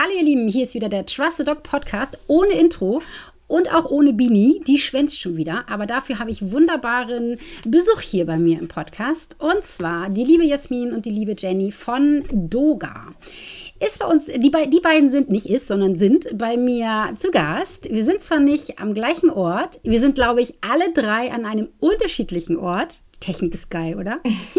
Hallo ihr Lieben, hier ist wieder der Trust the Dog Podcast ohne Intro und auch ohne Bini. Die schwänzt schon wieder, aber dafür habe ich wunderbaren Besuch hier bei mir im Podcast. Und zwar die liebe Jasmin und die liebe Jenny von Doga. Ist bei uns, die beiden sind nicht ist, sondern sind bei mir zu Gast. Wir sind zwar nicht am gleichen Ort, wir sind, glaube ich, alle drei an einem unterschiedlichen Ort. Die Technik ist geil, oder?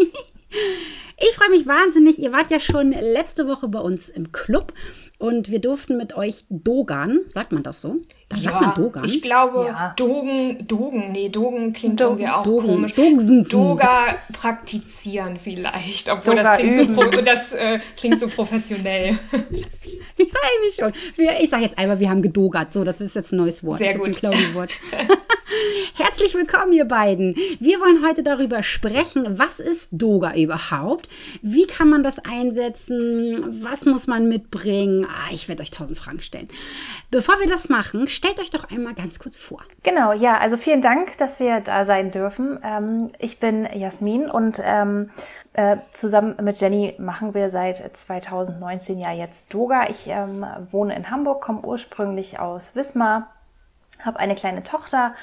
Ich freue mich wahnsinnig. Ihr wart ja schon letzte Woche bei uns im Club und wir durften mit euch dogan. Sagt man das so? Da sagt man dogan. Ich glaube, Dogen klingt irgendwie auch komisch. Doga praktizieren vielleicht, obwohl Doga das klingt so professionell. Ja, irgendwie schon. Ich sage jetzt einmal, wir haben gedogert. So, das ist jetzt ein neues Wort. Sehr gut. Das ist ein Klausi-Wort. Herzlich willkommen, ihr beiden. Wir wollen heute darüber sprechen, was ist Doga überhaupt? Wie kann man das einsetzen? Was muss man mitbringen? Ich werde euch 1000 Fragen stellen. Bevor wir das machen, stellt euch doch einmal ganz kurz vor. Genau, ja, also vielen Dank, dass wir da sein dürfen. Ich bin Jasmin und zusammen mit Jenny machen wir seit 2019 ja jetzt Doga. Ich wohne in Hamburg, komme ursprünglich aus Wismar, habe eine kleine Tochter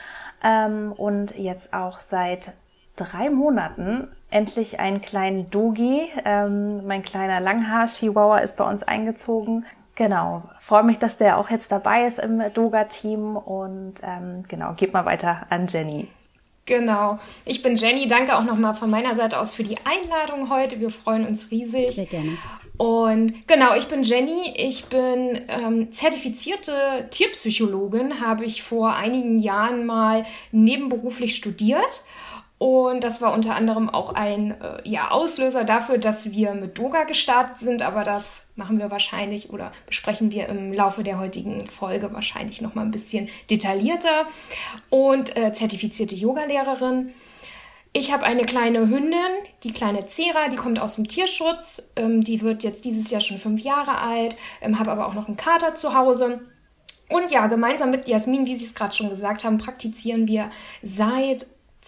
und jetzt auch seit 3 Monaten endlich einen kleinen Dogi. Mein kleiner Langhaar-Chihuahua ist bei uns eingezogen. Genau, freue mich, dass der auch jetzt dabei ist im Doga-Team und genau, gebe mal weiter an Jenny. Genau, ich bin Jenny. Danke auch nochmal von meiner Seite aus für die Einladung heute. Wir freuen uns riesig. Sehr gerne. Und genau, ich bin Jenny. Ich bin zertifizierte Tierpsychologin, habe ich vor einigen Jahren mal nebenberuflich studiert. Und das war unter anderem auch ein Auslöser dafür, dass wir mit Doga gestartet sind. Aber das machen wir wahrscheinlich oder besprechen wir im Laufe der heutigen Folge wahrscheinlich noch mal ein bisschen detaillierter. Und zertifizierte Yogalehrerin. Ich habe eine kleine Hündin, die kleine Zera, die kommt aus dem Tierschutz. Die wird jetzt dieses Jahr schon 5 Jahre alt, habe aber auch noch einen Kater zu Hause. Und ja, gemeinsam mit Jasmin, wie Sie es gerade schon gesagt haben, praktizieren wir seit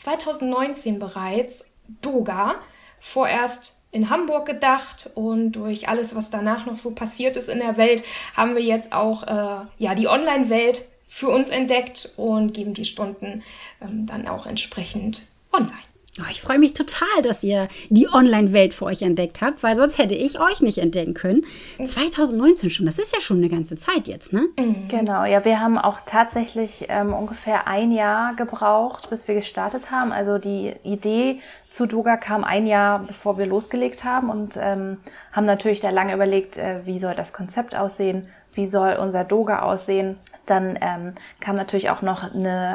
2019 bereits Doga, vorerst in Hamburg gedacht und durch alles, was danach noch so passiert ist in der Welt, haben wir jetzt auch die Online-Welt für uns entdeckt und geben die Stunden dann auch entsprechend online. Oh, ich freue mich total, dass ihr die Online-Welt für euch entdeckt habt, weil sonst hätte ich euch nicht entdecken können. 2019 schon, das ist ja schon eine ganze Zeit jetzt, ne? Genau, ja, wir haben auch tatsächlich ungefähr 1 Jahr gebraucht, bis wir gestartet haben. Also die Idee zu Doga kam 1 Jahr, bevor wir losgelegt haben und haben natürlich da lange überlegt, wie soll das Konzept aussehen, wie soll unser Doga aussehen. Dann kam natürlich auch noch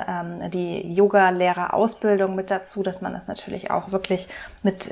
die Yoga-Lehrer-Ausbildung mit dazu, dass man das natürlich auch wirklich mit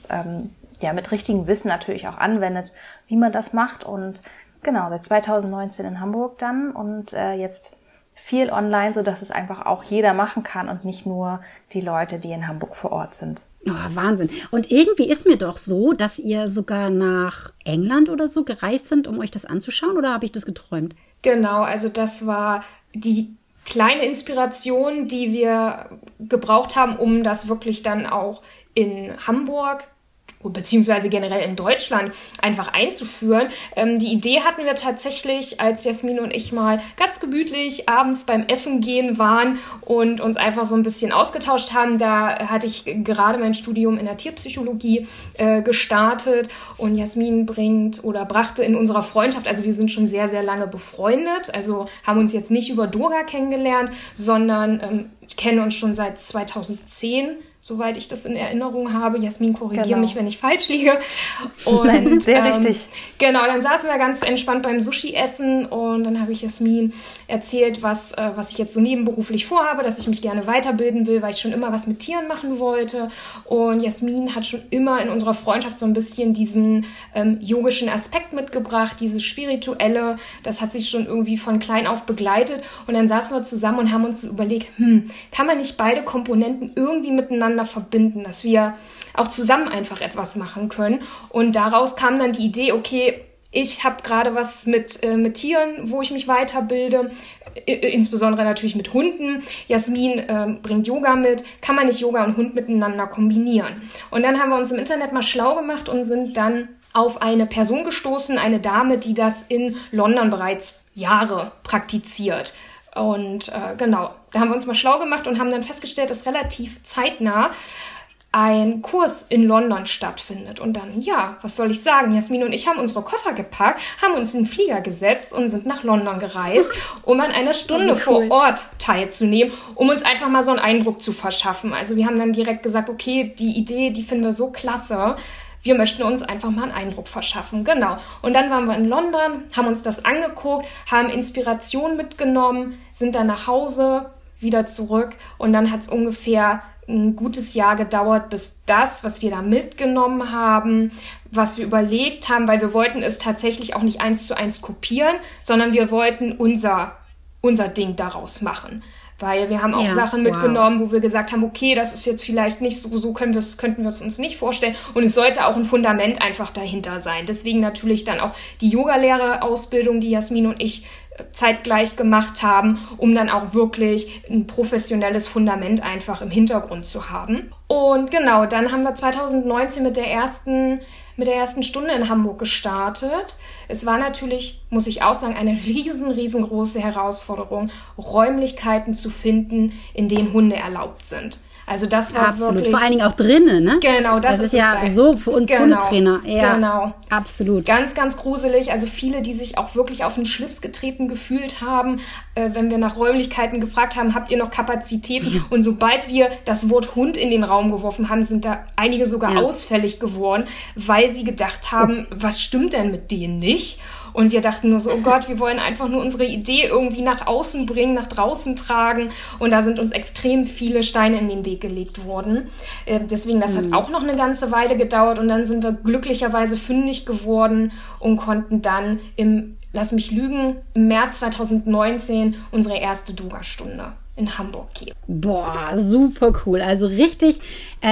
richtigem Wissen natürlich auch anwendet, wie man das macht. Und genau, seit 2019 in Hamburg dann und jetzt viel online, sodass es einfach auch jeder machen kann und nicht nur die Leute, die in Hamburg vor Ort sind. Oh, Wahnsinn. Und irgendwie ist mir doch so, dass ihr sogar nach England oder so gereist sind, um euch das anzuschauen, oder habe ich das geträumt? Genau, also das war die kleine Inspiration, die wir gebraucht haben, um das wirklich dann auch in Hamburg beziehungsweise generell in Deutschland einfach einzuführen. Die Idee hatten wir tatsächlich, als Jasmin und ich mal ganz gemütlich abends beim Essen gehen waren und uns einfach so ein bisschen ausgetauscht haben. Da hatte ich gerade mein Studium in der Tierpsychologie gestartet und Jasmin brachte in unserer Freundschaft, also wir sind schon sehr, sehr lange befreundet, also haben uns jetzt nicht über Doga kennengelernt, sondern kennen uns schon seit 2010, soweit ich das in Erinnerung habe. Jasmin, korrigiere mich, wenn ich falsch liege. Und, Nein, sehr richtig. Genau, dann saßen wir ganz entspannt beim Sushi-Essen und dann habe ich Jasmin erzählt, was ich jetzt so nebenberuflich vorhabe, dass ich mich gerne weiterbilden will, weil ich schon immer was mit Tieren machen wollte. Und Jasmin hat schon immer in unserer Freundschaft so ein bisschen diesen yogischen Aspekt mitgebracht, dieses Spirituelle. Das hat sich schon irgendwie von klein auf begleitet. Und dann saßen wir zusammen und haben uns so überlegt, kann man nicht beide Komponenten irgendwie miteinander verbinden, dass wir auch zusammen einfach etwas machen können. Und daraus kam dann die Idee, okay, ich habe gerade was mit Tieren, wo ich mich weiterbilde, insbesondere natürlich mit Hunden. Jasmin bringt Yoga mit. Kann man nicht Yoga und Hund miteinander kombinieren? Und dann haben wir uns im Internet mal schlau gemacht und sind dann auf eine Person gestoßen, eine Dame, die das in London bereits Jahre praktiziert. Und genau, da haben wir uns mal schlau gemacht und haben dann festgestellt, dass relativ zeitnah ein Kurs in London stattfindet. Und dann, ja, was soll ich sagen? Jasmin und ich haben unsere Koffer gepackt, haben uns in den Flieger gesetzt und sind nach London gereist, um an einer Stunde vor Ort teilzunehmen, um uns einfach mal so einen Eindruck zu verschaffen. Also wir haben dann direkt gesagt, okay, die Idee, die finden wir so klasse, wir möchten uns einfach mal einen Eindruck verschaffen. Genau. Und dann waren wir in London, haben uns das angeguckt, haben Inspiration mitgenommen, sind dann nach Hause, wieder zurück und dann hat es ungefähr ein gutes Jahr gedauert, bis das, was wir da mitgenommen haben, was wir überlegt haben, weil wir wollten es tatsächlich auch nicht 1:1 kopieren, sondern wir wollten unser Ding daraus machen. Weil wir haben auch Sachen mitgenommen, wo wir gesagt haben, okay, das ist jetzt vielleicht nicht so könnten wir es uns nicht vorstellen. Und es sollte auch ein Fundament einfach dahinter sein. Deswegen natürlich dann auch die Yogalehrerausbildung, die Jasmin und ich zeitgleich gemacht haben, um dann auch wirklich ein professionelles Fundament einfach im Hintergrund zu haben. Und genau, dann haben wir 2019 mit der ersten Stunde in Hamburg gestartet. Es war natürlich, muss ich auch sagen, eine riesengroße Herausforderung, Räumlichkeiten zu finden, in denen Hunde erlaubt sind. Also das war absolut. Wirklich... Vor allen Dingen auch drinnen, ne? Genau, das ist ja geil. So für uns Hundetrainer. Ja, genau. Absolut. Ganz gruselig. Also viele, die sich auch wirklich auf den Schlips getreten gefühlt haben, wenn wir nach Räumlichkeiten gefragt haben, habt ihr noch Kapazitäten? Ja. Und sobald wir das Wort Hund in den Raum geworfen haben, sind da einige sogar ausfällig geworden, weil sie gedacht haben, was stimmt denn mit denen nicht? Und wir dachten nur so, oh Gott, wir wollen einfach nur unsere Idee irgendwie nach außen bringen, nach draußen tragen. Und da sind uns extrem viele Steine in den Weg gelegt worden. Deswegen, das hat auch noch eine ganze Weile gedauert. Und dann sind wir glücklicherweise fündig geworden und konnten dann lass mich lügen, im März 2019 unsere erste Doga-Stunde in Hamburg geben. Boah, super cool. Also richtig,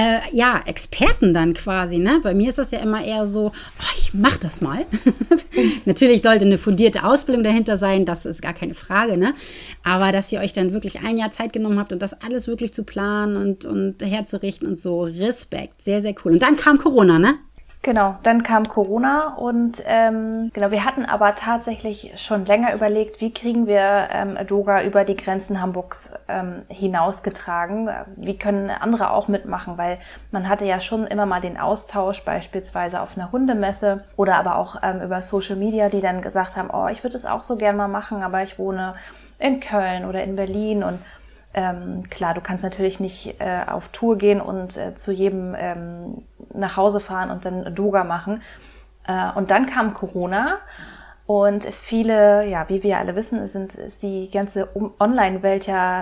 Experten dann quasi, ne? Bei mir ist das ja immer eher so, ich mach das mal. Natürlich sollte eine fundierte Ausbildung dahinter sein, das ist gar keine Frage, ne? Aber dass ihr euch dann wirklich ein Jahr Zeit genommen habt und das alles wirklich zu planen und herzurichten und so, Respekt, sehr, sehr cool. Und dann kam Corona, ne? Genau, dann kam Corona und wir hatten aber tatsächlich schon länger überlegt, wie kriegen wir Doga über die Grenzen Hamburgs hinausgetragen, wie können andere auch mitmachen, weil man hatte ja schon immer mal den Austausch, beispielsweise auf einer Hundemesse oder aber auch über Social Media, die dann gesagt haben, ich würde es auch so gern mal machen, aber ich wohne in Köln oder in Berlin und klar, du kannst natürlich nicht auf Tour gehen und zu jedem nach Hause fahren und dann Doga machen. Und dann kam Corona und viele, wie wir alle wissen, ist die ganze Online-Welt ja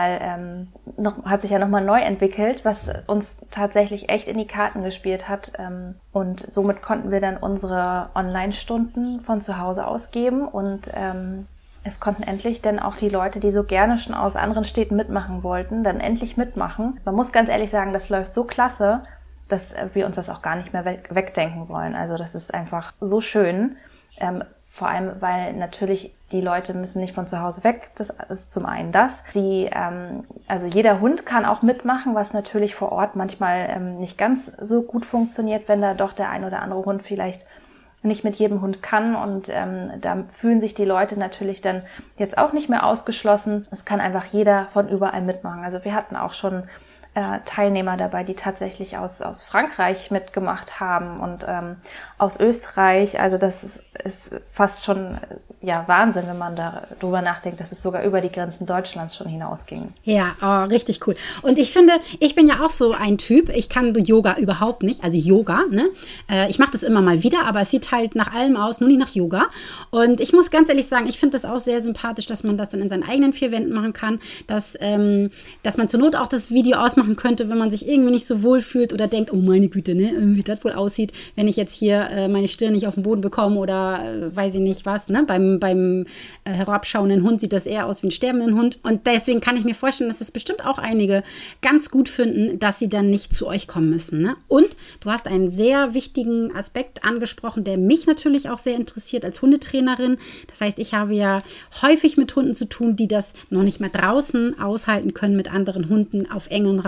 hat sich ja nochmal neu entwickelt, was uns tatsächlich echt in die Karten gespielt hat. Und somit konnten wir dann unsere Online-Stunden von zu Hause aus geben und es konnten endlich dann auch die Leute, die so gerne schon aus anderen Städten mitmachen wollten, dann endlich mitmachen. Man muss ganz ehrlich sagen, das läuft so klasse, dass wir uns das auch gar nicht mehr wegdenken wollen. Also das ist einfach so schön. Vor allem, weil natürlich die Leute müssen nicht von zu Hause weg. Das ist zum einen das. Also jeder Hund kann auch mitmachen, was natürlich vor Ort manchmal nicht ganz so gut funktioniert, wenn da doch der ein oder andere Hund vielleicht nicht mit jedem Hund kann und da fühlen sich die Leute natürlich dann jetzt auch nicht mehr ausgeschlossen. Es kann einfach jeder von überall mitmachen. Also wir hatten auch schon Teilnehmer dabei, die tatsächlich aus Frankreich mitgemacht haben und aus Österreich. Also das ist fast schon Wahnsinn, wenn man darüber nachdenkt, dass es sogar über die Grenzen Deutschlands schon hinausging. Ja, richtig cool. Und ich finde, ich bin ja auch so ein Typ, ich kann Yoga überhaupt nicht, also Yoga, ne? Ich mache das immer mal wieder, aber es sieht halt nach allem aus, nur nicht nach Yoga. Und ich muss ganz ehrlich sagen, ich finde das auch sehr sympathisch, dass man das dann in seinen eigenen vier Wänden machen kann, dass man zur Not auch das Video ausmachen könnte, wenn man sich irgendwie nicht so wohl fühlt oder denkt, oh meine Güte, ne, wie das wohl aussieht, wenn ich jetzt hier meine Stirn nicht auf den Boden bekomme oder weiß ich nicht was, ne? Beim herabschauenden Hund sieht das eher aus wie ein sterbenden Hund. Und deswegen kann ich mir vorstellen, dass es bestimmt auch einige ganz gut finden, dass sie dann nicht zu euch kommen müssen. Ne? Und du hast einen sehr wichtigen Aspekt angesprochen, der mich natürlich auch sehr interessiert als Hundetrainerin. Das heißt, ich habe ja häufig mit Hunden zu tun, die das noch nicht mal draußen aushalten können mit anderen Hunden auf engem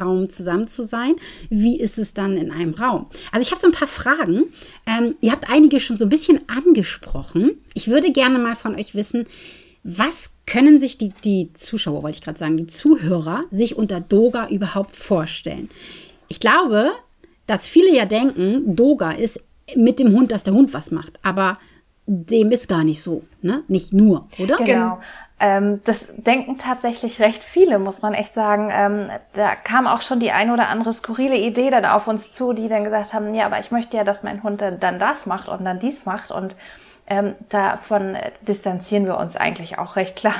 Raum zusammen zu sein. Wie ist es dann in einem Raum? Also ich habe so ein paar Fragen. Ihr habt einige schon so ein bisschen angesprochen. Ich würde gerne mal von euch wissen, was können sich die Zuschauer, wollte ich gerade sagen, die Zuhörer sich unter Doga überhaupt vorstellen? Ich glaube, dass viele ja denken, Doga ist mit dem Hund, dass der Hund was macht. Aber dem ist gar nicht so, ne? Nicht nur, oder? Genau. Das denken tatsächlich recht viele, muss man echt sagen. Da kam auch schon die ein oder andere skurrile Idee dann auf uns zu, die dann gesagt haben, ja, aber ich möchte ja, dass mein Hund dann das macht und dann dies macht. Und davon distanzieren wir uns eigentlich auch recht klar.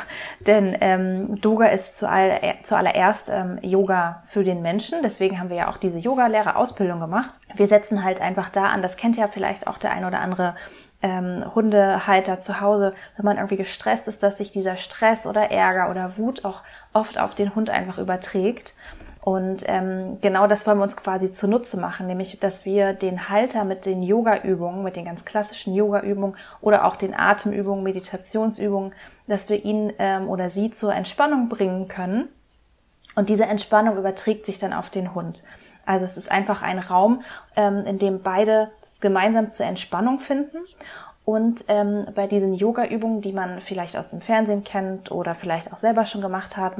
Denn Doga ist zuallererst Yoga für den Menschen. Deswegen haben wir ja auch diese Yoga-Lehrerausbildung gemacht. Wir setzen halt einfach da an, das kennt ja vielleicht auch der ein oder andere Hundehalter zu Hause, wenn man irgendwie gestresst ist, dass sich dieser Stress oder Ärger oder Wut auch oft auf den Hund einfach überträgt. Und genau das wollen wir uns quasi zunutze machen, nämlich, dass wir den Halter mit den Yoga-Übungen, mit den ganz klassischen Yoga-Übungen oder auch den Atemübungen, Meditationsübungen, dass wir ihn oder sie zur Entspannung bringen können. Und diese Entspannung überträgt sich dann auf den Hund. Also es ist einfach ein Raum, in dem beide gemeinsam zur Entspannung finden. Und bei diesen Yoga-Übungen, die man vielleicht aus dem Fernsehen kennt oder vielleicht auch selber schon gemacht hat,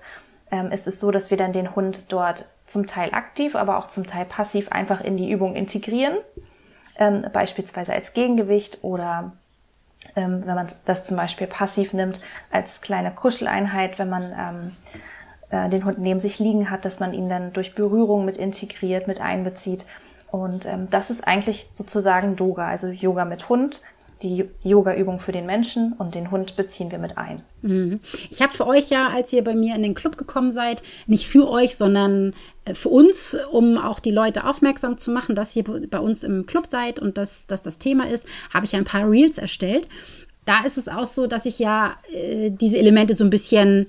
ist es so, dass wir dann den Hund dort zum Teil aktiv, aber auch zum Teil passiv einfach in die Übung integrieren. Beispielsweise als Gegengewicht oder wenn man das zum Beispiel passiv nimmt, als kleine Kuscheleinheit, wenn man den Hund neben sich liegen hat, dass man ihn dann durch Berührung mit integriert, mit einbezieht. Und das ist eigentlich sozusagen Doga, also Yoga mit Hund, die Yoga-Übung für den Menschen und den Hund beziehen wir mit ein. Ich habe für euch ja, als ihr bei mir in den Club gekommen seid, nicht für euch, sondern für uns, um auch die Leute aufmerksam zu machen, dass ihr bei uns im Club seid und dass das Thema ist, habe ich ja ein paar Reels erstellt. Da ist es auch so, dass ich ja diese Elemente so ein bisschen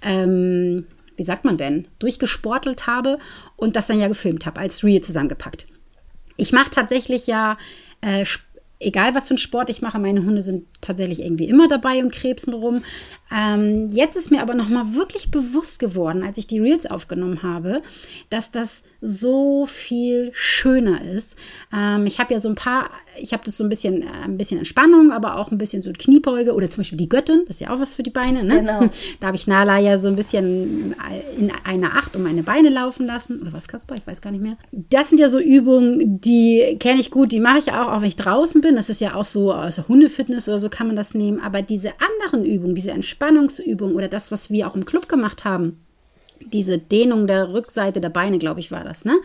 wie sagt man denn, durchgesportelt habe und das dann ja gefilmt habe, als Reel zusammengepackt. Ich mache tatsächlich ja, egal was für einen Sport ich mache, meine Hunde sind tatsächlich irgendwie immer dabei und krebsen rum. Jetzt ist mir aber nochmal wirklich bewusst geworden, als ich die Reels aufgenommen habe, dass das so viel schöner ist. Ich habe ja so ich habe das so ein bisschen Entspannung, aber auch ein bisschen so Kniebeuge oder zum Beispiel die Göttin, das ist ja auch was für die Beine, ne? Genau. Da habe ich Nala ja so ein bisschen in einer Acht um meine Beine laufen lassen. Oder was, Kasper? Ich weiß gar nicht mehr. Das sind ja so Übungen, die kenne ich gut, die mache ich auch wenn ich draußen bin. Das ist ja auch so, also Hundefitness oder so kann man das nehmen. Aber diese anderen Übungen, diese Entspannungsübungen oder das, was wir auch im Club gemacht haben, diese Dehnung der Rückseite der Beine, glaube ich, war das, ne?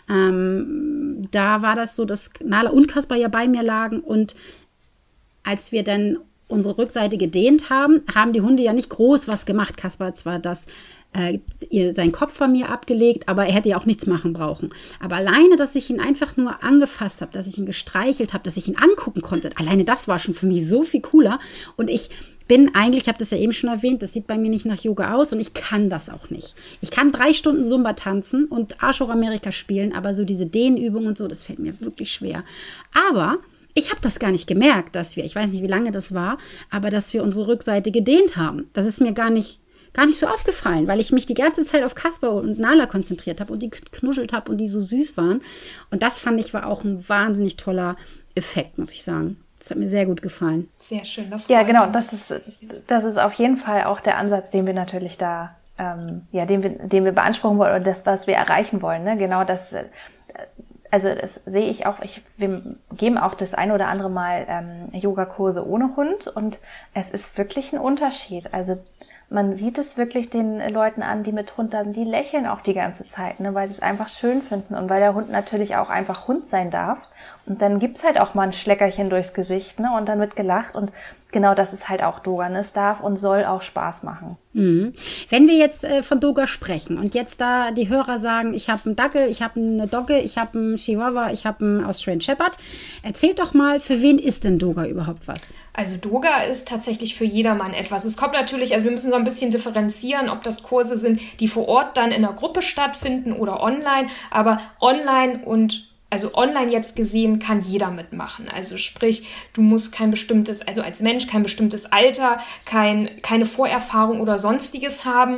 Da war das so, dass Nala und Kasper ja bei mir lagen und als wir dann unsere Rückseite gedehnt haben, haben die Hunde ja nicht groß was gemacht. Kasper hat zwar seinen Kopf von mir abgelegt, aber er hätte ja auch nichts machen brauchen. Aber alleine, dass ich ihn einfach nur angefasst habe, dass ich ihn gestreichelt habe, dass ich ihn angucken konnte, alleine das war schon für mich so viel cooler. Und ich habe das ja eben schon erwähnt, das sieht bei mir nicht nach Yoga aus und ich kann das auch nicht. Ich kann 3 Stunden Zumba tanzen und Arsch hoch Amerika spielen, aber so diese Dehnübungen und so, das fällt mir wirklich schwer. Aber ich habe das gar nicht gemerkt, ich weiß nicht, wie lange das war, aber dass wir unsere Rückseite gedehnt haben. Das ist mir gar nicht so aufgefallen, weil ich mich die ganze Zeit auf Kasper und Nala konzentriert habe und die knuschelt habe und die so süß waren. Und das fand ich war auch ein wahnsinnig toller Effekt, muss ich sagen. Das hat mir sehr gut gefallen. Sehr schön. Ja, genau. Das ist auf jeden Fall auch der Ansatz, den wir natürlich da, den wir beanspruchen wollen oder das, was wir erreichen wollen. Ne? Genau das. Also das sehe ich auch. Wir geben auch das ein oder andere Mal Yogakurse ohne Hund und es ist wirklich ein Unterschied. Also man sieht es wirklich den Leuten an, die mit Hund da sind, die lächeln auch die ganze Zeit, ne, weil sie es einfach schön finden und weil der Hund natürlich auch einfach Hund sein darf. Und dann gibt's halt auch mal ein Schleckerchen durchs Gesicht, ne, und dann wird gelacht und genau das ist halt auch Doga, ne? Es darf und soll auch Spaß machen. Mhm. Wenn wir jetzt von Doga sprechen und jetzt da die Hörer sagen, ich habe einen Dackel, ich habe eine Dogge, ich habe einen Chihuahua, ich habe einen Australian Shepherd, erzählt doch mal, für wen ist denn Doga überhaupt was? Also Doga ist tatsächlich für jedermann etwas. Es kommt natürlich, also wir müssen so ein bisschen differenzieren, ob das Kurse sind, die vor Ort dann in der Gruppe stattfinden oder online, aber online jetzt gesehen kann jeder mitmachen. Also sprich, du musst als Mensch kein bestimmtes Alter, keine Vorerfahrung oder sonstiges haben.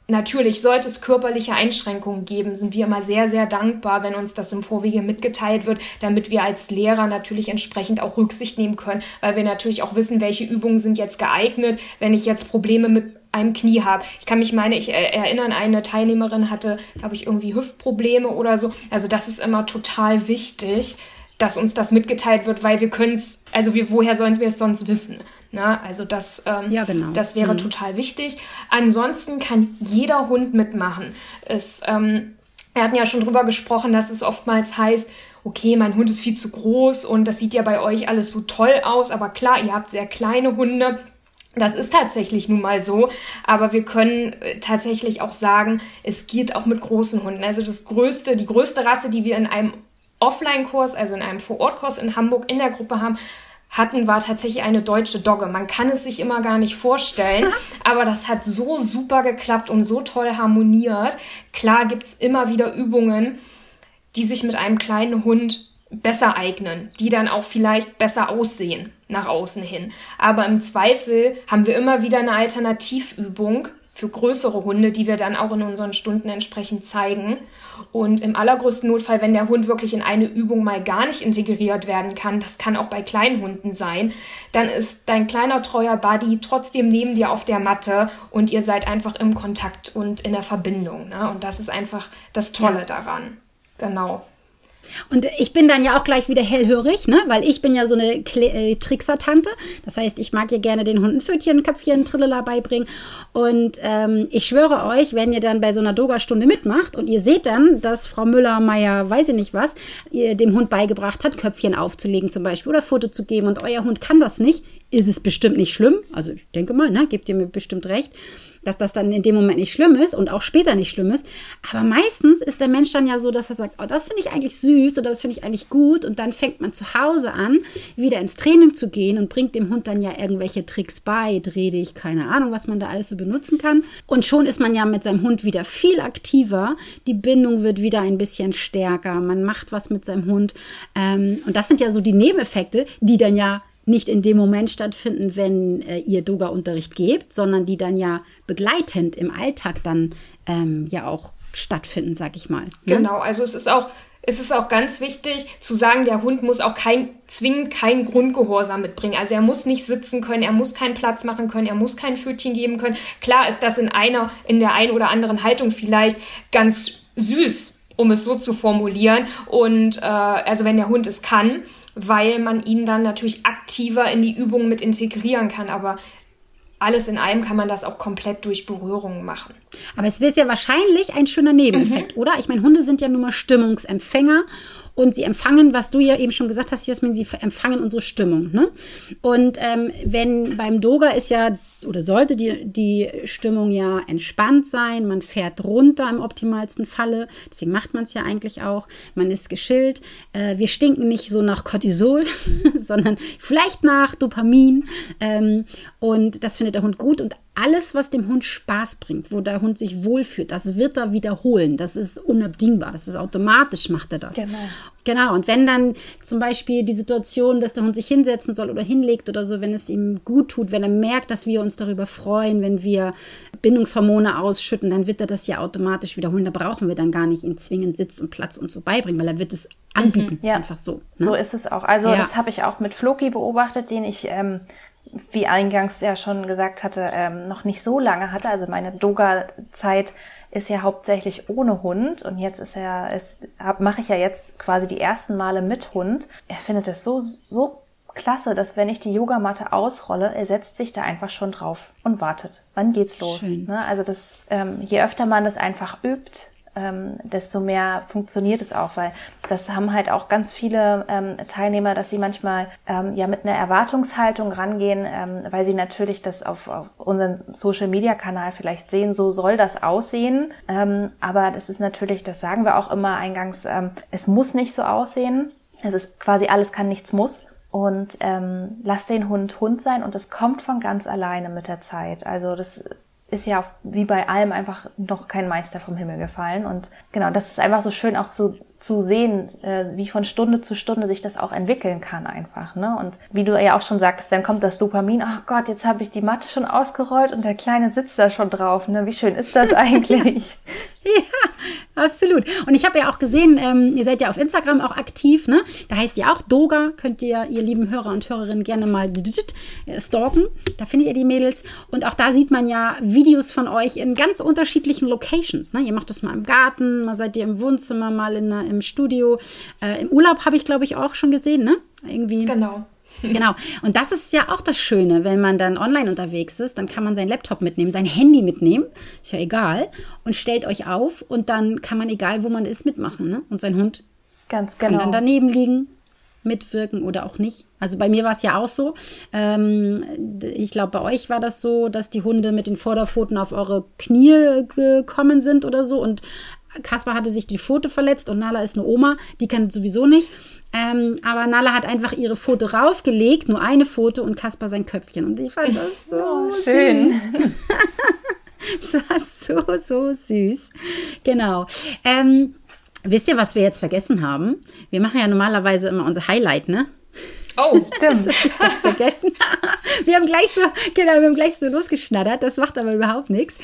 natürlich sollte es körperliche Einschränkungen geben, sind wir immer sehr, sehr dankbar, wenn uns das im Vorwege mitgeteilt wird, damit wir als Lehrer natürlich entsprechend auch Rücksicht nehmen können, weil wir natürlich auch wissen, welche Übungen sind jetzt geeignet, wenn ich jetzt Probleme mit einem Knie habe. Ich erinnere, eine Teilnehmerin hatte, glaube ich, irgendwie Hüftprobleme oder so. Also das ist immer total wichtig, dass uns das mitgeteilt wird, weil wir können es, woher sollen wir es sonst wissen? Na, also das das wäre total wichtig. Ansonsten kann jeder Hund mitmachen. Wir hatten ja schon drüber gesprochen, dass es oftmals heißt, okay, mein Hund ist viel zu groß und das sieht ja bei euch alles so toll aus, aber klar, ihr habt sehr kleine Hunde. Das ist tatsächlich nun mal so, aber wir können tatsächlich auch sagen, es geht auch mit großen Hunden. Also die größte Rasse, die wir in einem Offline-Kurs, also in einem Vor-Ort-Kurs in Hamburg in der Gruppe hatten, war tatsächlich eine deutsche Dogge. Man kann es sich immer gar nicht vorstellen, aber das hat so super geklappt und so toll harmoniert. Klar gibt's immer wieder Übungen, die sich mit einem kleinen Hund besser eignen, die dann auch vielleicht besser aussehen nach außen hin. Aber im Zweifel haben wir immer wieder eine Alternativübung für größere Hunde, die wir dann auch in unseren Stunden entsprechend zeigen. Und im allergrößten Notfall, wenn der Hund wirklich in eine Übung mal gar nicht integriert werden kann, das kann auch bei kleinen Hunden sein, dann ist dein kleiner treuer Buddy trotzdem neben dir auf der Matte und ihr seid einfach im Kontakt und in der Verbindung. Ne? Und das ist einfach das Tolle daran. Genau. Und ich bin dann ja auch gleich wieder hellhörig, ne? Weil ich bin ja so eine Trickser-Tante. Das heißt, ich mag ja gerne den Hunden Pfötchen, Köpfchen, Trillala beibringen. Und ich schwöre euch, wenn ihr dann bei so einer Doga-Stunde mitmacht und ihr seht dann, dass Frau Müller-Meyer, weiß ich nicht was, ihr dem Hund beigebracht hat, Köpfchen aufzulegen zum Beispiel oder Futter zu geben und euer Hund kann das nicht, ist es bestimmt nicht schlimm. Also ich denke mal, ne, gebt ihr mir bestimmt recht, dass das dann in dem Moment nicht schlimm ist und auch später nicht schlimm ist. Aber meistens ist der Mensch dann ja so, dass er sagt, oh, das finde ich eigentlich süß oder das finde ich eigentlich gut. Und dann fängt man zu Hause an, wieder ins Training zu gehen und bringt dem Hund dann ja irgendwelche Tricks bei, dreh dich, keine Ahnung, was man da alles so benutzen kann. Und schon ist man ja mit seinem Hund wieder viel aktiver. Die Bindung wird wieder ein bisschen stärker. Man macht was mit seinem Hund. Und das sind ja so die Nebeneffekte, die dann ja nicht in dem Moment stattfinden, wenn ihr Doga-Unterricht gebt, sondern die dann ja begleitend im Alltag dann ja auch stattfinden, sag ich mal. Ne? Genau, also es ist auch ganz wichtig zu sagen, der Hund muss auch zwingend keinen Grundgehorsam mitbringen. Also er muss nicht sitzen können, er muss keinen Platz machen können, er muss kein Pfötchen geben können. Klar ist das in der einen oder anderen Haltung vielleicht ganz süß, um es so zu formulieren. Und also wenn der Hund es kann, weil man ihn dann natürlich aktiver in die Übung mit integrieren kann. Aber alles in allem kann man das auch komplett durch Berührungen machen. Aber es wäre ja wahrscheinlich ein schöner Nebeneffekt, oder? Ich meine, Hunde sind ja nun mal Stimmungsempfänger und sie empfangen, was du ja eben schon gesagt hast, Jasmin, sie empfangen unsere Stimmung. Ne? Und wenn beim Doga ist ja, oder sollte die Stimmung ja entspannt sein, man fährt runter im optimalsten Falle, deswegen macht man es ja eigentlich auch, man ist geschillt, wir stinken nicht so nach Cortisol, sondern vielleicht nach Dopamin und das findet der Hund gut und alles, was dem Hund Spaß bringt, wo der Hund sich wohlfühlt, das wird er wiederholen. Das ist unabdingbar. Das ist automatisch, macht er das. Genau. Und wenn dann zum Beispiel die Situation, dass der Hund sich hinsetzen soll oder hinlegt oder so, wenn es ihm gut tut, wenn er merkt, dass wir uns darüber freuen, wenn wir Bindungshormone ausschütten, dann wird er das ja automatisch wiederholen. Da brauchen wir dann gar nicht ihn zwingend Sitz und Platz und so beibringen, weil er wird es anbieten. Ja. Einfach so. Ne? So ist es auch. Also das habe ich auch mit Floki beobachtet, den ich wie eingangs ja schon gesagt hatte, noch nicht so lange hatte. Also meine Doga-Zeit ist ja hauptsächlich ohne Hund und jetzt mache ich ja jetzt quasi die ersten Male mit Hund. Er findet es so klasse, dass wenn ich die Yogamatte ausrolle, er setzt sich da einfach schon drauf und wartet. Wann geht's los? Ne? Also je öfter man das einfach übt, desto mehr funktioniert es auch, weil das haben halt auch ganz viele Teilnehmer, dass sie manchmal mit einer Erwartungshaltung rangehen, weil sie natürlich das auf unserem Social-Media-Kanal vielleicht sehen, so soll das aussehen, aber das ist natürlich, das sagen wir auch immer eingangs, es muss nicht so aussehen, es ist quasi alles kann, nichts muss. Und lass den Hund sein und das kommt von ganz alleine mit der Zeit. Also das ist ja wie bei allem einfach noch kein Meister vom Himmel gefallen. Und genau, das ist einfach so schön auch zu zu sehen, wie von Stunde zu Stunde sich das auch entwickeln kann einfach, ne? Und wie du ja auch schon sagtest, dann kommt das Dopamin, ach Gott, jetzt habe ich die Matte schon ausgerollt und der Kleine sitzt da schon drauf, ne? Wie schön ist das eigentlich? Ja, absolut. Und ich habe ja auch gesehen, ihr seid ja auf Instagram auch aktiv, ne? Da heißt ja auch Doga, könnt ihr lieben Hörer und Hörerinnen gerne mal stalken. Da findet ihr die Mädels. Und auch da sieht man ja Videos von euch in ganz unterschiedlichen Locations, ne? Ihr macht das mal im Garten, mal seid ihr im Wohnzimmer, mal im Studio. Im Urlaub habe ich, glaube ich, auch schon gesehen, ne? Irgendwie. Genau. Und das ist ja auch das Schöne, wenn man dann online unterwegs ist, dann kann man seinen Laptop mitnehmen, sein Handy mitnehmen, ist ja egal, und stellt euch auf und dann kann man, egal wo man ist, mitmachen, ne? Und sein Hund Ganz kann genau. dann daneben liegen, mitwirken oder auch nicht. Also bei mir war es ja auch so. Ich glaube, bei euch war das so, dass die Hunde mit den Vorderpfoten auf eure Knie gekommen sind oder so und Kaspar hatte sich die Pfote verletzt und Nala ist eine Oma, die kann sowieso nicht. Aber Nala hat einfach ihre Pfote raufgelegt, nur eine Pfote und Kaspar sein Köpfchen. Und ich fand das so schön. Das war so süß. Genau. Wisst ihr, was wir jetzt vergessen haben? Wir machen ja normalerweise immer unser Highlight, ne? Oh, Stimmt. Ganz vergessen. Wir haben gleich so losgeschnattert. Das macht aber überhaupt nichts.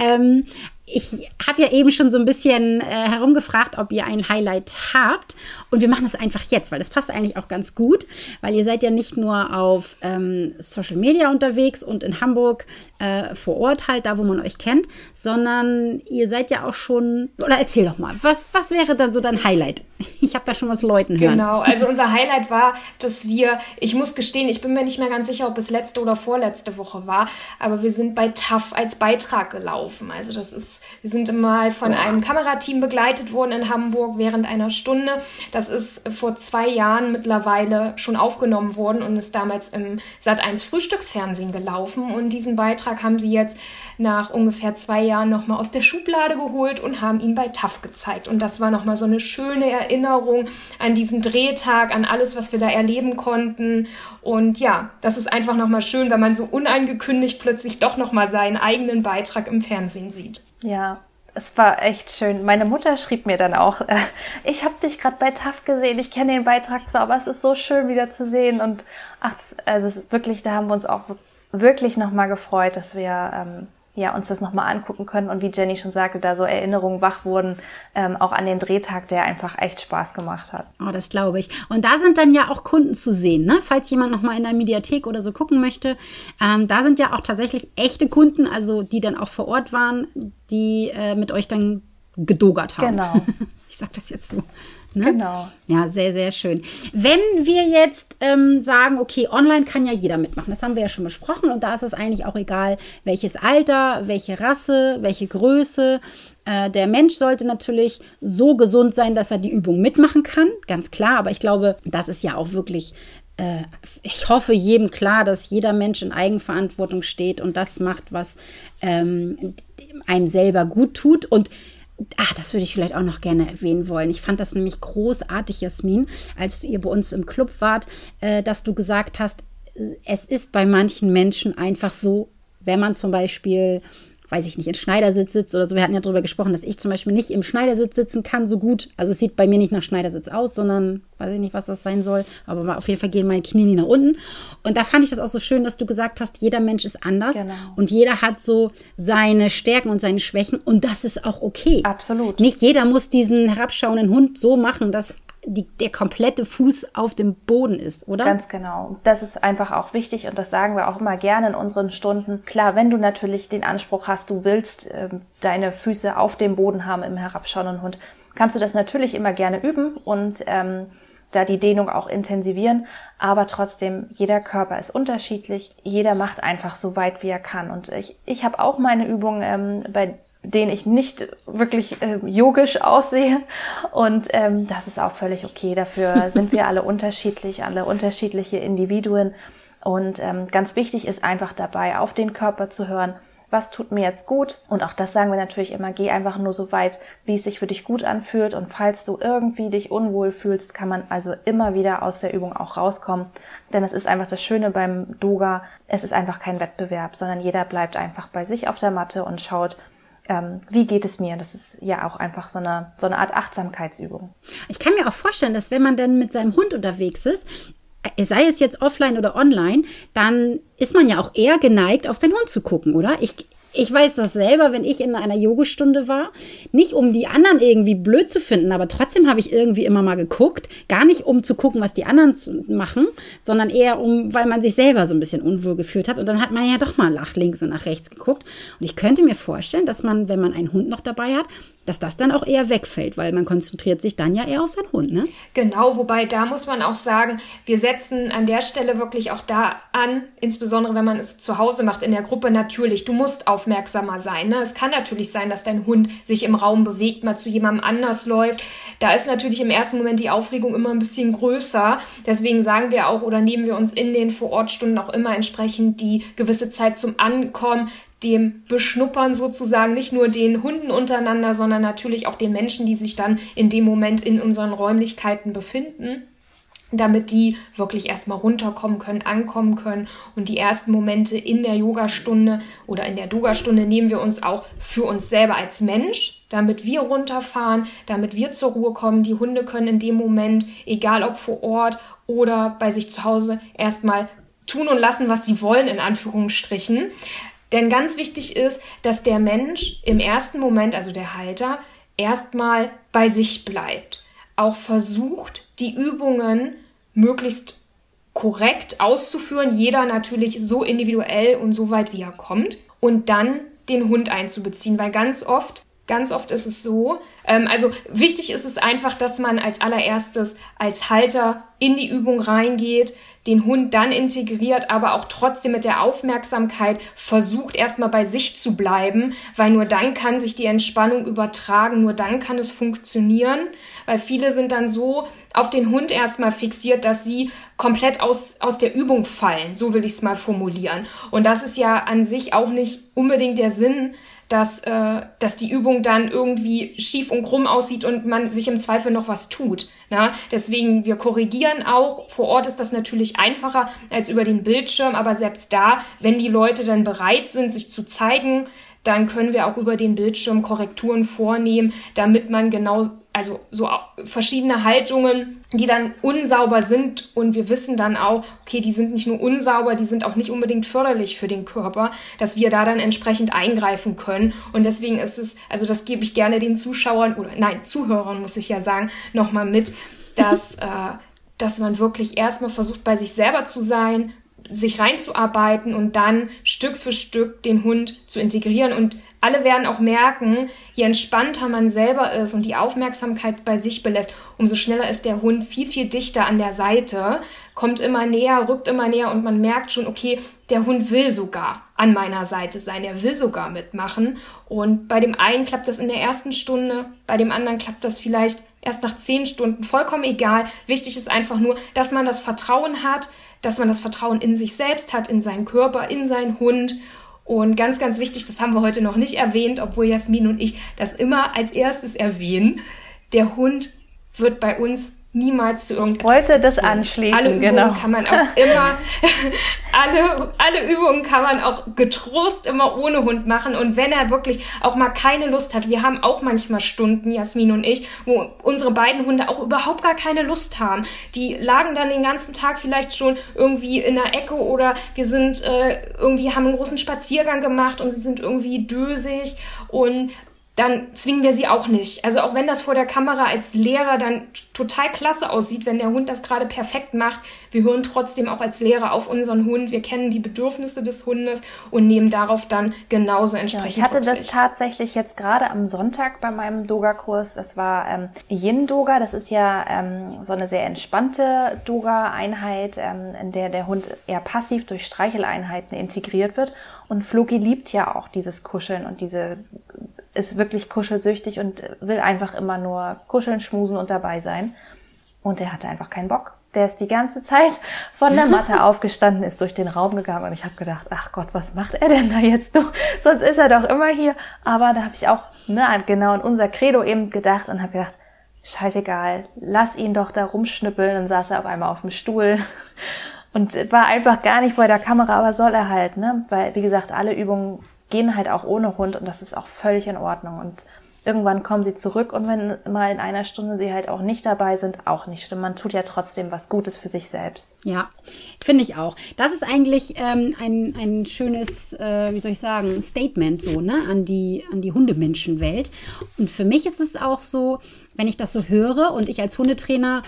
Ich habe ja eben schon so ein bisschen herumgefragt, ob ihr ein Highlight habt. Und wir machen das einfach jetzt, weil das passt eigentlich auch ganz gut. Weil ihr seid ja nicht nur auf Social Media unterwegs und in Hamburg vor Ort halt, da wo man euch kennt, sondern ihr seid ja auch schon, oder erzähl doch mal, was wäre dann so dein Highlight? Ich habe da schon was Leuten hören. Genau, also unser Highlight war, dass ich muss gestehen, ich bin mir nicht mehr ganz sicher, ob es letzte oder vorletzte Woche war, aber wir sind bei TAF als Beitrag gelaufen. Also wir sind mal von einem Kamerateam begleitet worden in Hamburg während einer Stunde. Das ist vor 2 Jahren mittlerweile schon aufgenommen worden und ist damals im Sat.1 Frühstücksfernsehen gelaufen. Und diesen Beitrag haben sie jetzt nach ungefähr 2 Jahren nochmal aus der Schublade geholt und haben ihn bei TAF gezeigt. Und das war nochmal so eine schöne Erinnerung an diesen Drehtag, an alles, was wir da erleben konnten. Und ja, das ist einfach nochmal schön, wenn man so unangekündigt plötzlich doch nochmal seinen eigenen Beitrag im Fernsehen sieht. Ja, es war echt schön. Meine Mutter schrieb mir dann auch, ich habe dich gerade bei TAF gesehen, ich kenne den Beitrag zwar, aber es ist so schön wieder zu sehen. Und also es ist wirklich, da haben wir uns auch wirklich nochmal gefreut, dass wir uns das nochmal angucken können und wie Jenny schon sagte, da so Erinnerungen wach wurden, auch an den Drehtag, der einfach echt Spaß gemacht hat. Oh, das glaube ich. Und da sind dann ja auch Kunden zu sehen, ne? Falls jemand nochmal in der Mediathek oder so gucken möchte. Da sind ja auch tatsächlich echte Kunden, also die dann auch vor Ort waren, die mit euch dann gedogert haben. Genau. Ich sag das jetzt so. Ne? Genau. Ja, sehr, sehr schön. Wenn wir jetzt sagen, okay, online kann ja jeder mitmachen, das haben wir ja schon besprochen und da ist es eigentlich auch egal, welches Alter, welche Rasse, welche Größe. Der Mensch sollte natürlich so gesund sein, dass er die Übung mitmachen kann, ganz klar, aber ich glaube, das ist ja auch wirklich, ich hoffe jedem klar, dass jeder Mensch in Eigenverantwortung steht und das macht, was einem selber gut tut und das würde ich vielleicht auch noch gerne erwähnen wollen. Ich fand das nämlich großartig, Jasmin, als ihr bei uns im Club wart, dass du gesagt hast, es ist bei manchen Menschen einfach so, wenn man zum Beispiel, weiß ich nicht, in Schneidersitz sitzt oder so. Wir hatten ja darüber gesprochen, dass ich zum Beispiel nicht im Schneidersitz sitzen kann so gut. Also es sieht bei mir nicht nach Schneidersitz aus, sondern weiß ich nicht, was das sein soll. Aber auf jeden Fall gehen meine Knie nie nach unten. Und da fand ich das auch so schön, dass du gesagt hast, jeder Mensch ist anders. Genau. Und jeder hat so seine Stärken und seine Schwächen. Und das ist auch okay. Absolut. Nicht jeder muss diesen herabschauenden Hund so machen, dass der komplette Fuß auf dem Boden ist, oder? Ganz genau. Das ist einfach auch wichtig und das sagen wir auch immer gerne in unseren Stunden. Klar, wenn du natürlich den Anspruch hast, du willst deine Füße auf dem Boden haben im herabschauenden Hund, kannst du das natürlich immer gerne üben und da die Dehnung auch intensivieren. Aber trotzdem, jeder Körper ist unterschiedlich. Jeder macht einfach so weit, wie er kann. Und ich habe auch meine Übungen bei denen ich nicht wirklich yogisch aussehe und das ist auch völlig okay. Dafür sind wir alle unterschiedliche Individuen und ganz wichtig ist einfach dabei, auf den Körper zu hören, was tut mir jetzt gut und auch das sagen wir natürlich immer, geh einfach nur so weit, wie es sich für dich gut anfühlt und falls du irgendwie dich unwohl fühlst, kann man also immer wieder aus der Übung auch rauskommen, denn es ist einfach das Schöne beim Doga, es ist einfach kein Wettbewerb, sondern jeder bleibt einfach bei sich auf der Matte und schaut, wie geht es mir? Das ist ja auch einfach so eine Art Achtsamkeitsübung. Ich kann mir auch vorstellen, dass wenn man dann mit seinem Hund unterwegs ist, sei es jetzt offline oder online, dann ist man ja auch eher geneigt, auf seinen Hund zu gucken, oder? Ich weiß das selber, wenn ich in einer Yogastunde war, nicht um die anderen irgendwie blöd zu finden, aber trotzdem habe ich irgendwie immer mal geguckt, gar nicht um zu gucken, was die anderen machen, sondern eher weil man sich selber so ein bisschen unwohl gefühlt hat und dann hat man ja doch mal nach links und nach rechts geguckt und ich könnte mir vorstellen, dass man, wenn man einen Hund noch dabei hat, dass das dann auch eher wegfällt, weil man konzentriert sich dann ja eher auf seinen Hund, ne? Genau, wobei da muss man auch sagen, wir setzen an der Stelle wirklich auch da an, insbesondere wenn man es zu Hause macht, in der Gruppe natürlich, du musst aufmerksamer sein, ne? Es kann natürlich sein, dass dein Hund sich im Raum bewegt, mal zu jemandem anders läuft. Da ist natürlich im ersten Moment die Aufregung immer ein bisschen größer. Deswegen sagen wir auch oder nehmen wir uns in den Vorortstunden auch immer entsprechend die gewisse Zeit zum Ankommen, dem Beschnuppern sozusagen, nicht nur den Hunden untereinander, sondern natürlich auch den Menschen, die sich dann in dem Moment in unseren Räumlichkeiten befinden, damit die wirklich erstmal runterkommen können, ankommen können. Und die ersten Momente in der Yogastunde oder in der Doga-Stunde nehmen wir uns auch für uns selber als Mensch, damit wir runterfahren, damit wir zur Ruhe kommen. Die Hunde können in dem Moment, egal ob vor Ort oder bei sich zu Hause, erstmal tun und lassen, was sie wollen, in Anführungsstrichen. Denn ganz wichtig ist, dass der Mensch im ersten Moment, also der Halter, erstmal bei sich bleibt. Auch versucht, die Übungen möglichst korrekt auszuführen. Jeder natürlich so individuell und so weit, wie er kommt. Und dann den Hund einzubeziehen, weil ganz oft ist es so, also wichtig ist es einfach, dass man als allererstes als Halter in die Übung reingeht, den Hund dann integriert, aber auch trotzdem mit der Aufmerksamkeit versucht, erstmal bei sich zu bleiben, weil nur dann kann sich die Entspannung übertragen, nur dann kann es funktionieren, weil viele sind dann so auf den Hund erstmal fixiert, dass sie komplett aus der Übung fallen, so will ich es mal formulieren. Und das ist ja an sich auch nicht unbedingt der Sinn, dass die Übung dann irgendwie schief und krumm aussieht und man sich im Zweifel noch was tut. Na? Deswegen, wir korrigieren auch. Vor Ort ist das natürlich einfacher als über den Bildschirm, aber selbst da, wenn die Leute dann bereit sind, sich zu zeigen, dann können wir auch über den Bildschirm Korrekturen vornehmen, damit man genau, also so verschiedene Haltungen, die dann unsauber sind und wir wissen dann auch, okay, die sind nicht nur unsauber, die sind auch nicht unbedingt förderlich für den Körper, dass wir da dann entsprechend eingreifen können und deswegen ist es, also das gebe ich gerne den Zuschauern Zuhörern muss ich ja sagen, nochmal mit, dass man wirklich erstmal versucht, bei sich selber zu sein, sich reinzuarbeiten und dann Stück für Stück den Hund zu integrieren und alle werden auch merken, je entspannter man selber ist und die Aufmerksamkeit bei sich belässt, umso schneller ist der Hund viel, viel dichter an der Seite, kommt immer näher, rückt immer näher und man merkt schon, okay, der Hund will sogar an meiner Seite sein, er will sogar mitmachen und bei dem einen klappt das in der ersten Stunde, bei dem anderen klappt das vielleicht erst nach 10 Stunden, vollkommen egal. Wichtig ist einfach nur, dass man das Vertrauen hat, dass man das Vertrauen in sich selbst hat, in seinen Körper, in seinen Hund. Und ganz, ganz wichtig, das haben wir heute noch nicht erwähnt, obwohl Jasmin und ich das immer als erstes erwähnen. Der Hund wird bei uns niemals zu irgendetwas. Ich wollte das anschließen, alle Übungen kann man auch immer, alle Übungen kann man auch getrost immer ohne Hund machen. Und wenn er wirklich auch mal keine Lust hat, wir haben auch manchmal Stunden, Jasmin und ich, wo unsere beiden Hunde auch überhaupt gar keine Lust haben. Die lagen dann den ganzen Tag vielleicht schon irgendwie in der Ecke oder wir sind haben einen großen Spaziergang gemacht und sie sind irgendwie dösig und dann zwingen wir sie auch nicht. Also auch wenn das vor der Kamera als Lehrer dann total klasse aussieht, wenn der Hund das gerade perfekt macht, wir hören trotzdem auch als Lehrer auf unseren Hund, wir kennen die Bedürfnisse des Hundes und nehmen darauf dann genauso entsprechend Ich hatte Rücksicht. das tatsächlich jetzt gerade am Sonntag bei meinem Doga-Kurs, das war Yin-Doga, das ist ja so eine sehr entspannte Doga-Einheit, in der der Hund eher passiv durch Streicheleinheiten integriert wird und Floki liebt ja auch dieses Kuscheln und ist wirklich kuschelsüchtig und will einfach immer nur kuscheln, schmusen und dabei sein. Und der hatte einfach keinen Bock. Der ist die ganze Zeit von der Matte aufgestanden, ist durch den Raum gegangen und ich habe gedacht, ach Gott, was macht er denn da jetzt noch? Sonst ist er doch immer hier. Aber da habe ich auch genau an unser Credo eben gedacht und habe gedacht, scheißegal, lass ihn doch da rumschnippeln. Dann saß er auf einmal auf dem Stuhl und war einfach gar nicht vor der Kamera, aber soll er halt, ne? Weil, wie gesagt, alle Übungen gehen halt auch ohne Hund und das ist auch völlig in Ordnung. Und irgendwann kommen sie zurück und wenn mal in einer Stunde sie halt auch nicht dabei sind, auch nicht schlimm. Man tut ja trotzdem was Gutes für sich selbst. Ja, finde ich auch. Das ist eigentlich ein schönes, wie soll ich sagen, Statement so, ne, an die Hundemenschenwelt. Und für mich ist es auch so, wenn ich das so höre und ich als Hundetrainerin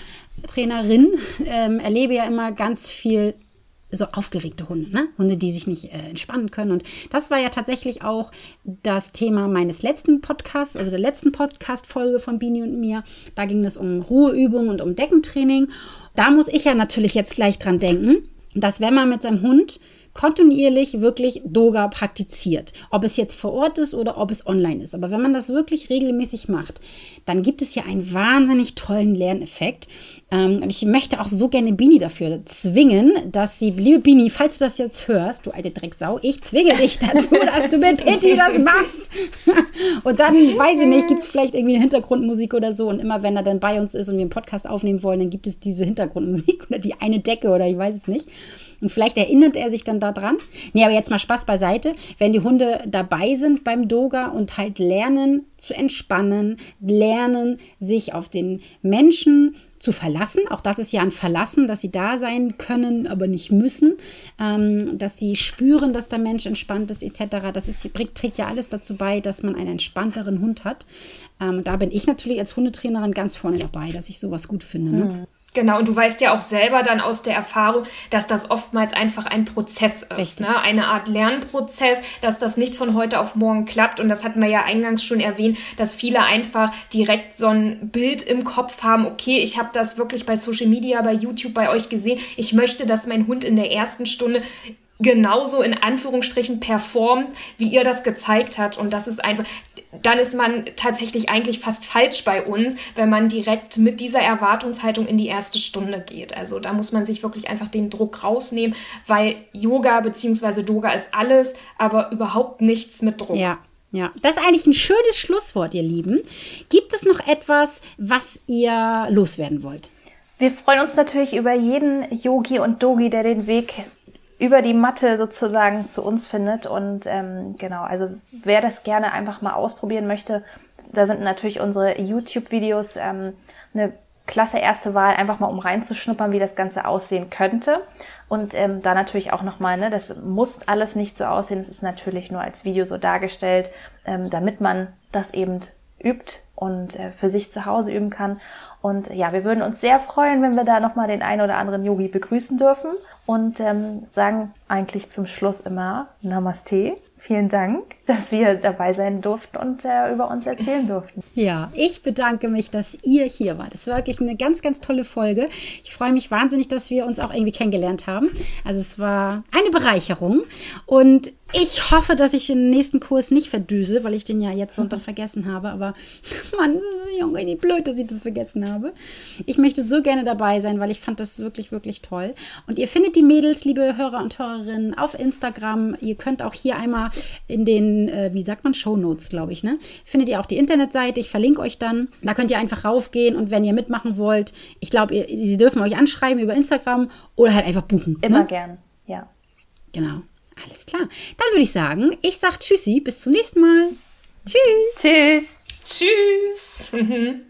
erlebe ja immer ganz viel so aufgeregte Hunde, ne? Hunde, die sich nicht entspannen können. Und das war ja tatsächlich auch das Thema meines letzten Podcasts, also der letzten Podcast-Folge von Bini und mir. Da ging es um Ruheübungen und um Deckentraining. Da muss ich ja natürlich jetzt gleich dran denken, dass wenn man mit seinem Hund kontinuierlich wirklich Doga praktiziert, ob es jetzt vor Ort ist oder ob es online ist. Aber wenn man das wirklich regelmäßig macht, dann gibt es ja einen wahnsinnig tollen Lerneffekt. Und ich möchte auch so gerne Bini dafür zwingen, dass sie, liebe Bini, falls du das jetzt hörst, du alte Drecksau, ich zwinge dich dazu, dass du mit Pitti das machst. Und dann, weiß ich nicht, gibt es vielleicht irgendwie eine Hintergrundmusik oder so. Und immer wenn er dann bei uns ist und wir einen Podcast aufnehmen wollen, dann gibt es diese Hintergrundmusik oder die eine Decke oder ich weiß es nicht. Und vielleicht erinnert er sich dann daran. Nee, aber jetzt mal Spaß beiseite. Wenn die Hunde dabei sind beim Doga und halt lernen zu entspannen, lernen sich auf den Menschen zu verlassen. Auch das ist ja ein Verlassen, dass sie da sein können, aber nicht müssen. Dass sie spüren, dass der Mensch entspannt ist etc. Das trägt ja alles dazu bei, dass man einen entspannteren Hund hat. Da bin ich natürlich als Hundetrainerin ganz vorne dabei, dass ich sowas gut finde. Ne? Genau, und du weißt ja auch selber dann aus der Erfahrung, dass das oftmals einfach ein Prozess ist, ne? Eine Art Lernprozess, dass das nicht von heute auf morgen klappt. Und das hatten wir ja eingangs schon erwähnt, dass viele einfach direkt so ein Bild im Kopf haben, okay, ich habe das wirklich bei Social Media, bei YouTube bei euch gesehen. Ich möchte, dass mein Hund in der ersten Stunde genauso in Anführungsstrichen performt, wie ihr das gezeigt habt. Und das ist einfach, dann ist man tatsächlich eigentlich fast falsch bei uns, wenn man direkt mit dieser Erwartungshaltung in die erste Stunde geht. Also da muss man sich wirklich einfach den Druck rausnehmen, weil Yoga bzw. Doga ist alles, aber überhaupt nichts mit Druck. Ja. Ja, das ist eigentlich ein schönes Schlusswort, ihr Lieben. Gibt es noch etwas, was ihr loswerden wollt? Wir freuen uns natürlich über jeden Yogi und Dogi, der den Weg über die Matte sozusagen zu uns findet. Und genau, also wer das gerne einfach mal ausprobieren möchte, da sind natürlich unsere YouTube-Videos eine klasse erste Wahl, einfach mal um reinzuschnuppern, wie das Ganze aussehen könnte. Und da natürlich auch nochmal, ne, das muss alles nicht so aussehen, es ist natürlich nur als Video so dargestellt, damit man das eben übt und für sich zu Hause üben kann. Und ja, wir würden uns sehr freuen, wenn wir da nochmal den einen oder anderen Yogi begrüßen dürfen und sagen eigentlich zum Schluss immer Namaste. Vielen Dank, dass wir dabei sein durften und über uns erzählen durften. Ja, ich bedanke mich, dass ihr hier wart. Es war wirklich eine ganz, ganz tolle Folge. Ich freue mich wahnsinnig, dass wir uns auch irgendwie kennengelernt haben. Also es war eine Bereicherung und ich hoffe, dass ich den nächsten Kurs nicht verdüse, weil ich den ja jetzt Sonntag vergessen habe. Aber Mann, Junge, wie blöd, dass ich das vergessen habe. Ich möchte so gerne dabei sein, weil ich fand das wirklich, wirklich toll. Und ihr findet die Mädels, liebe Hörer und Hörerinnen, auf Instagram. Ihr könnt auch hier einmal in den, wie sagt man, Shownotes, glaube ich, ne? Findet ihr auch die Internetseite. Ich verlinke euch dann. Da könnt ihr einfach raufgehen und wenn ihr mitmachen wollt, ich glaube, sie dürfen euch anschreiben über Instagram oder halt einfach buchen. Immer gern, ja. Genau. Alles klar. Dann würde ich sagen, ich sage Tschüssi, bis zum nächsten Mal. Tschüss. Tschüss. Tschüss.